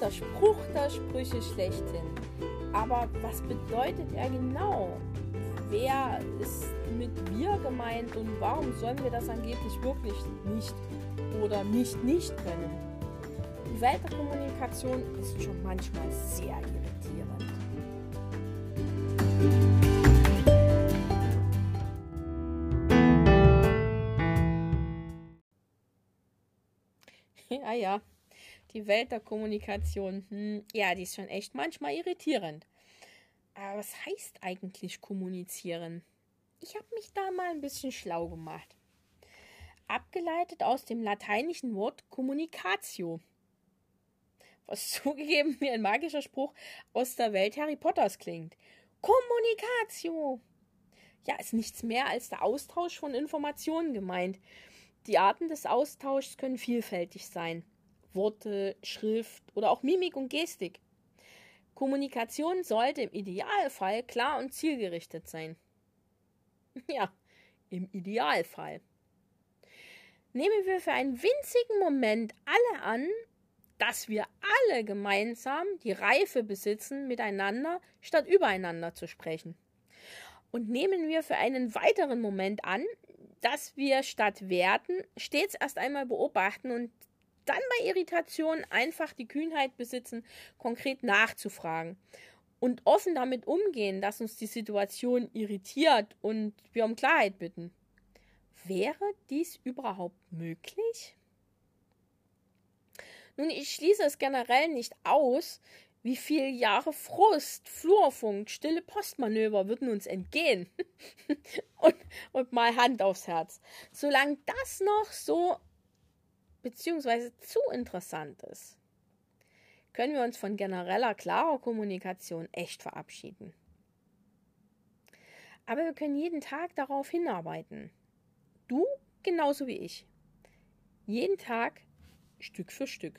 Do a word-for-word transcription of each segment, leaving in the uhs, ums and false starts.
der Spruch der Sprüche schlechthin. Aber was bedeutet er genau? Wer ist mit wir gemeint und warum sollen wir das angeblich wirklich nicht oder nicht nicht können? Die Welt der Kommunikation ist schon manchmal sehr irritierend. Ja, ja, die Welt der Kommunikation, hm, ja, die ist schon echt manchmal irritierend. Aber was heißt eigentlich kommunizieren? Ich habe mich da mal ein bisschen schlau gemacht. Abgeleitet aus dem lateinischen Wort communicatio, was zugegeben wie ein magischer Spruch aus der Welt Harry Potters klingt. Communicatio! Ja, ist nichts mehr als der Austausch von Informationen gemeint. Die Arten des Austauschs können vielfältig sein. Worte, Schrift oder auch Mimik und Gestik. Kommunikation sollte im Idealfall klar und zielgerichtet sein. Ja, im Idealfall. Nehmen wir für einen winzigen Moment alle an, dass wir alle gemeinsam die Reife besitzen, miteinander statt übereinander zu sprechen. Und nehmen wir für einen weiteren Moment an, dass wir statt werten stets erst einmal beobachten und dann bei Irritation einfach die Kühnheit besitzen, konkret nachzufragen und offen damit umgehen, dass uns die Situation irritiert und wir um Klarheit bitten. Wäre dies überhaupt möglich? Nun, ich schließe es generell nicht aus, wie viele Jahre Frust, Flurfunk, stille Postmanöver würden uns entgehen. und, und mal Hand aufs Herz. Solange das noch so beziehungsweise zu interessant ist, können wir uns von genereller, klarer Kommunikation echt verabschieden. Aber wir können jeden Tag darauf hinarbeiten. Du genauso wie ich. Jeden Tag Stück für Stück.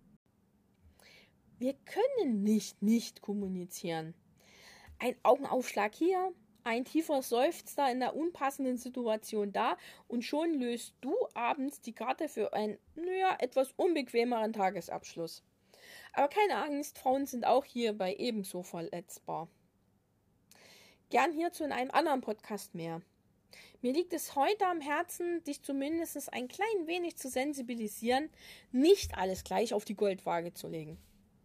Wir können nicht nicht kommunizieren. Ein Augenaufschlag hier, ein tiefer Seufzer in der unpassenden Situation da und schon löst du abends die Karte für einen, naja, etwas unbequemeren Tagesabschluss. Aber keine Angst, Frauen sind auch hierbei ebenso verletzbar. Gern hierzu in einem anderen Podcast mehr. Mir liegt es heute am Herzen, dich zumindest ein klein wenig zu sensibilisieren, nicht alles gleich auf die Goldwaage zu legen.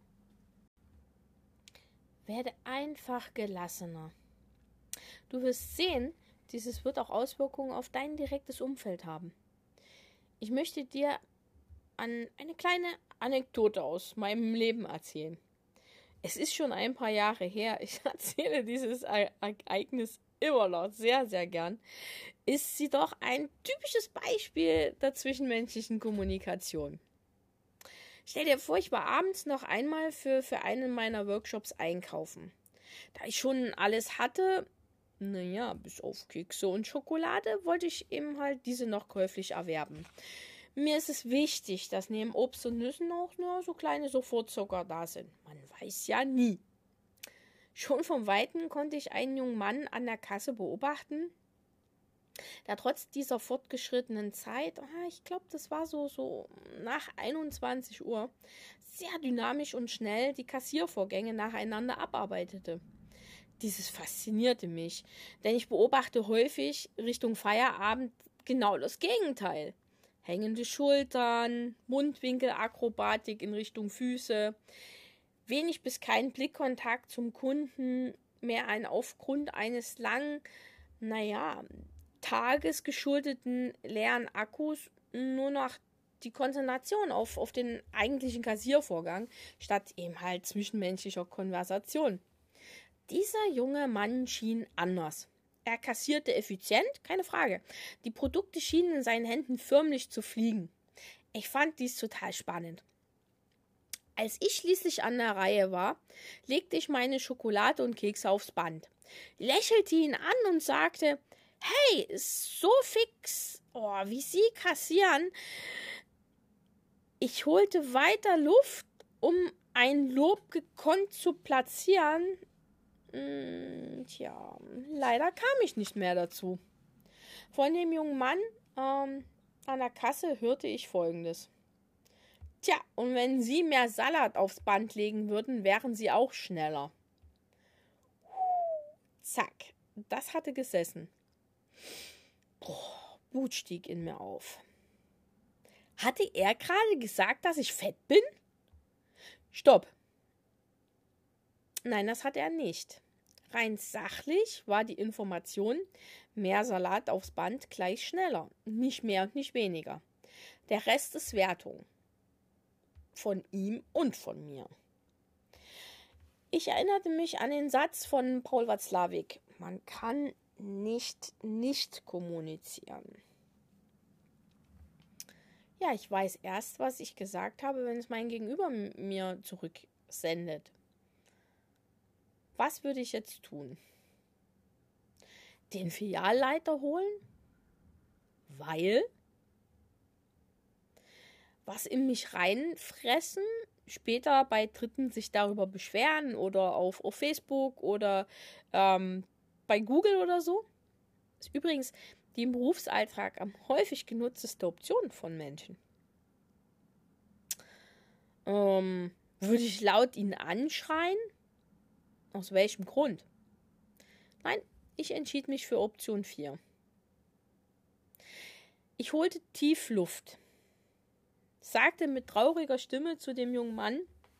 Werde einfach gelassener. Du wirst sehen, dieses wird auch Auswirkungen auf dein direktes Umfeld haben. Ich möchte dir an eine kleine Anekdote aus meinem Leben erzählen. Es ist schon ein paar Jahre her, ich erzähle dieses Ereignis immer noch sehr, sehr gern, ist sie doch ein typisches Beispiel der zwischenmenschlichen Kommunikation. Stell dir vor, ich war abends noch einmal für, für einen meiner Workshops einkaufen. Da ich schon alles hatte, naja, bis auf Kekse und Schokolade, wollte ich eben halt diese noch käuflich erwerben. Mir ist es wichtig, dass neben Obst und Nüssen auch nur so kleine Sofortzucker da sind. Man weiß ja nie. Schon vom Weiten konnte ich einen jungen Mann an der Kasse beobachten, der trotz dieser fortgeschrittenen Zeit, ah, ich glaube, das war so, so nach einundzwanzig Uhr, sehr dynamisch und schnell die Kassiervorgänge nacheinander abarbeitete. Dieses faszinierte mich, denn ich beobachte häufig Richtung Feierabend genau das Gegenteil. Hängende Schultern, Mundwinkelakrobatik in Richtung Füße, wenig bis kein Blickkontakt zum Kunden, mehr ein aufgrund eines langen, naja, tagesgeschuldeten leeren Akkus nur noch die Konzentration auf, auf den eigentlichen Kassiervorgang, statt eben halt zwischenmenschlicher Konversation. Dieser junge Mann schien anders. Er kassierte effizient, keine Frage. Die Produkte schienen in seinen Händen förmlich zu fliegen. Ich fand dies total spannend. Als ich schließlich an der Reihe war, legte ich meine Schokolade und Kekse aufs Band, lächelte ihn an und sagte: Hey, so fix, oh, wie Sie kassieren. Ich holte weiter Luft, um ein Lob gekonnt zu platzieren. Hm, tja, leider kam ich nicht mehr dazu. Von dem jungen Mann ähm, an der Kasse hörte ich Folgendes: Tja, und wenn Sie mehr Salat aufs Band legen würden, wären Sie auch schneller. Zack, das hatte gesessen. Boah, Wut stieg in mir auf. Hatte er gerade gesagt, dass ich fett bin? Stopp. Nein, das hat er nicht. Rein sachlich war die Information, mehr Salat aufs Band gleich schneller. Nicht mehr und nicht weniger. Der Rest ist Wertung. Von ihm und von mir. Ich erinnerte mich an den Satz von Paul Watzlawick. Man kann nicht nicht kommunizieren. Ja, ich weiß erst, was ich gesagt habe, wenn es mein Gegenüber mir zurücksendet. Was würde ich jetzt tun? Den Filialleiter holen? Weil? Was in mich reinfressen? Später bei Dritten sich darüber beschweren oder auf, auf Facebook oder ähm, bei Google oder so? Das ist übrigens die im Berufsalltag am häufig genutzteste Option von Menschen. Ähm, würde ich laut ihn anschreien? Aus welchem Grund? Nein, ich entschied mich für Option vier. Ich holte tief Luft, sagte mit trauriger Stimme zu dem jungen Mann,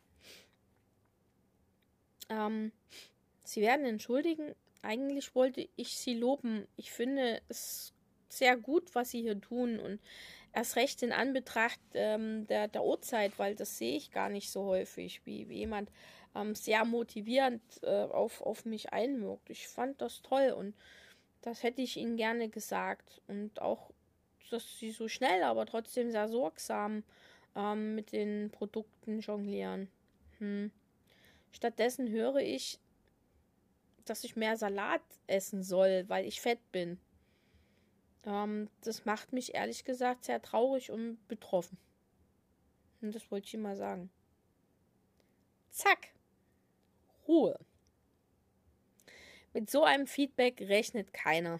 ähm, Sie werden entschuldigen, eigentlich wollte ich Sie loben. Ich finde es sehr gut, was Sie hier tun und erst recht in Anbetracht ähm, der, der Uhrzeit, weil das sehe ich gar nicht so häufig, wie, wie jemand ähm, sehr motivierend äh, auf, auf mich einwirkt. Ich fand das toll und das hätte ich Ihnen gerne gesagt. Und auch, dass Sie so schnell, aber trotzdem sehr sorgsam ähm, mit den Produkten jonglieren. Hm. Stattdessen höre ich, dass ich mehr Salat essen soll, weil ich fett bin. Ähm, das macht mich ehrlich gesagt sehr traurig und betroffen. Und das wollte ich Ihnen mal sagen. Zack. Ruhe. Mit so einem Feedback rechnet keiner.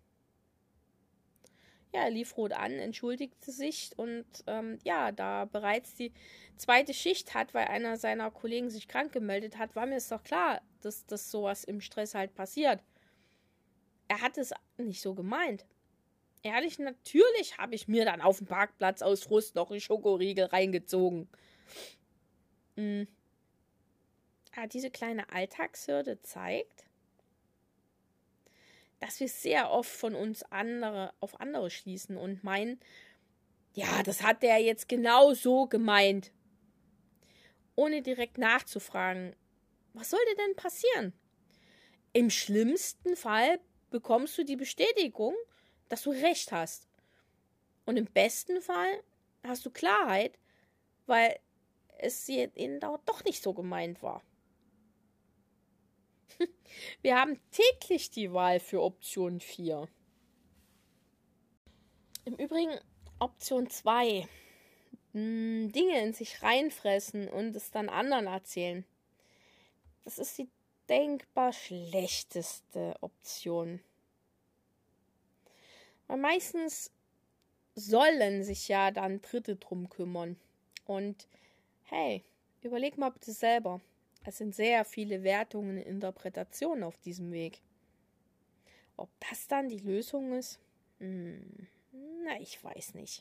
Ja, er lief rot an, entschuldigte sich und ähm, ja, da bereits die zweite Schicht hat, weil einer seiner Kollegen sich krank gemeldet hat, war mir es doch klar, dass, dass sowas im Stress halt passiert. Er hat es nicht so gemeint. Ehrlich, natürlich habe ich mir dann auf dem Parkplatz aus Frust noch einen Schokoriegel reingezogen. Hm. Ja, diese kleine Alltagshürde zeigt, dass wir sehr oft von uns andere auf andere schließen und meinen, ja, das hat der jetzt genau so gemeint. Ohne direkt nachzufragen, was sollte denn passieren? Im schlimmsten Fall bekommst du die Bestätigung, dass du recht hast. Und im besten Fall hast du Klarheit, weil es ihnen doch nicht so gemeint war. Wir haben täglich die Wahl für Option vier. Im Übrigen Option zwei. Dinge in sich reinfressen und es dann anderen erzählen. Das ist die denkbar schlechteste Option. Weil meistens sollen sich ja dann Dritte drum kümmern. Und hey, überleg mal bitte selber. Es sind sehr viele Wertungen und Interpretationen auf diesem Weg. Ob das dann die Lösung ist? Hm, na, ich weiß nicht.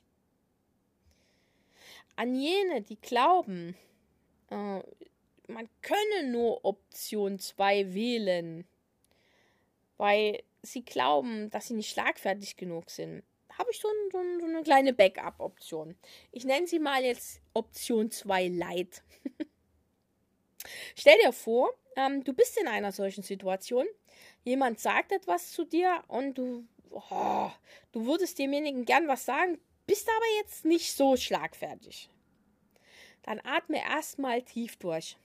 An jene, die glauben, äh, man könne nur Option zwei wählen, weil sie glauben, dass sie nicht schlagfertig genug sind, habe ich so, ein, so, ein, so eine kleine Backup-Option. Ich nenne sie mal jetzt Option zwei Light. Stell dir vor, ähm, du bist in einer solchen Situation, jemand sagt etwas zu dir und du, oh, du würdest demjenigen gern was sagen, bist aber jetzt nicht so schlagfertig. Dann atme erstmal tief durch.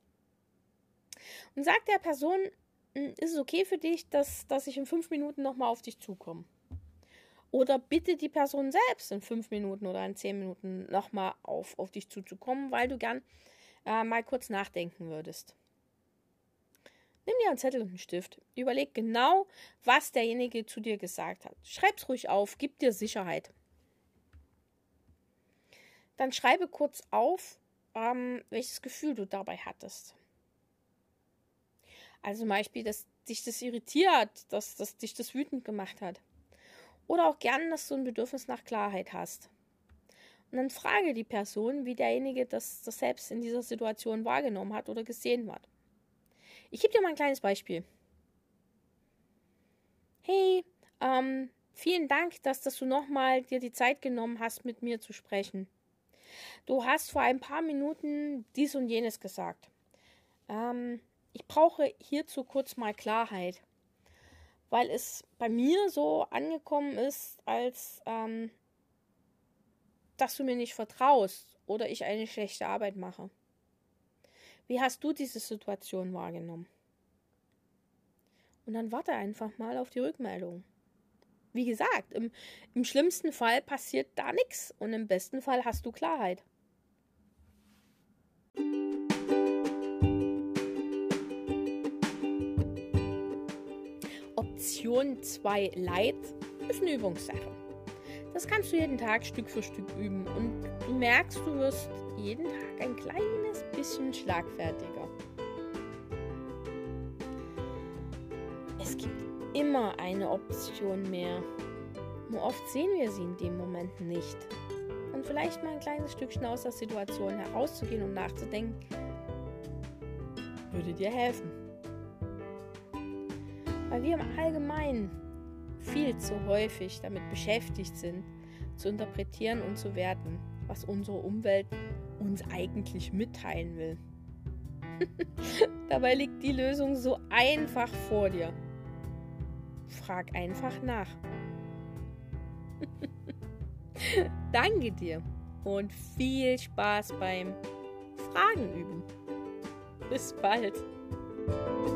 Und sag der Person, ist es okay für dich, dass, dass ich in fünf Minuten nochmal auf dich zukomme? Oder bitte die Person selbst in fünf Minuten oder in zehn Minuten nochmal auf, auf dich zuzukommen, weil du gern äh, mal kurz nachdenken würdest. Nimm dir einen Zettel und einen Stift. Überleg genau, was derjenige zu dir gesagt hat. Schreib's ruhig auf, gib dir Sicherheit. dann schreibe kurz auf, ähm, welches Gefühl du dabei hattest. Also zum Beispiel, dass dich das irritiert, dass, dass dich das wütend gemacht hat. Oder auch gern, dass du ein Bedürfnis nach Klarheit hast. Und dann frage die Person, wie derjenige das, das selbst in dieser Situation wahrgenommen hat oder gesehen hat. Ich gebe dir mal ein kleines Beispiel. Hey, ähm, vielen Dank, dass, dass du nochmal dir die Zeit genommen hast, mit mir zu sprechen. Du hast vor ein paar Minuten dies und jenes gesagt. Ähm, ich brauche hierzu kurz mal Klarheit, weil es bei mir so angekommen ist, als ähm, dass du mir nicht vertraust oder ich eine schlechte Arbeit mache. Wie hast du diese Situation wahrgenommen? Und dann warte einfach mal auf die Rückmeldung. Wie gesagt, im, im schlimmsten Fall passiert da nichts und im besten Fall hast du Klarheit. Option zwei Light ist eine Übungssache. Das kannst du jeden Tag Stück für Stück üben und du merkst, du wirst jeden Tag ein kleines bisschen schlagfertiger. Es gibt immer eine Option mehr. Nur oft sehen wir sie in dem Moment nicht. Und vielleicht mal ein kleines Stückchen aus der Situation herauszugehen und nachzudenken, würde dir helfen. Weil wir im Allgemeinen viel zu häufig damit beschäftigt sind, zu interpretieren und zu werten, was unsere Umwelt uns eigentlich mitteilen will. Dabei liegt die Lösung so einfach vor dir. Frag einfach nach. Danke dir und viel Spaß beim Fragen üben. Bis bald.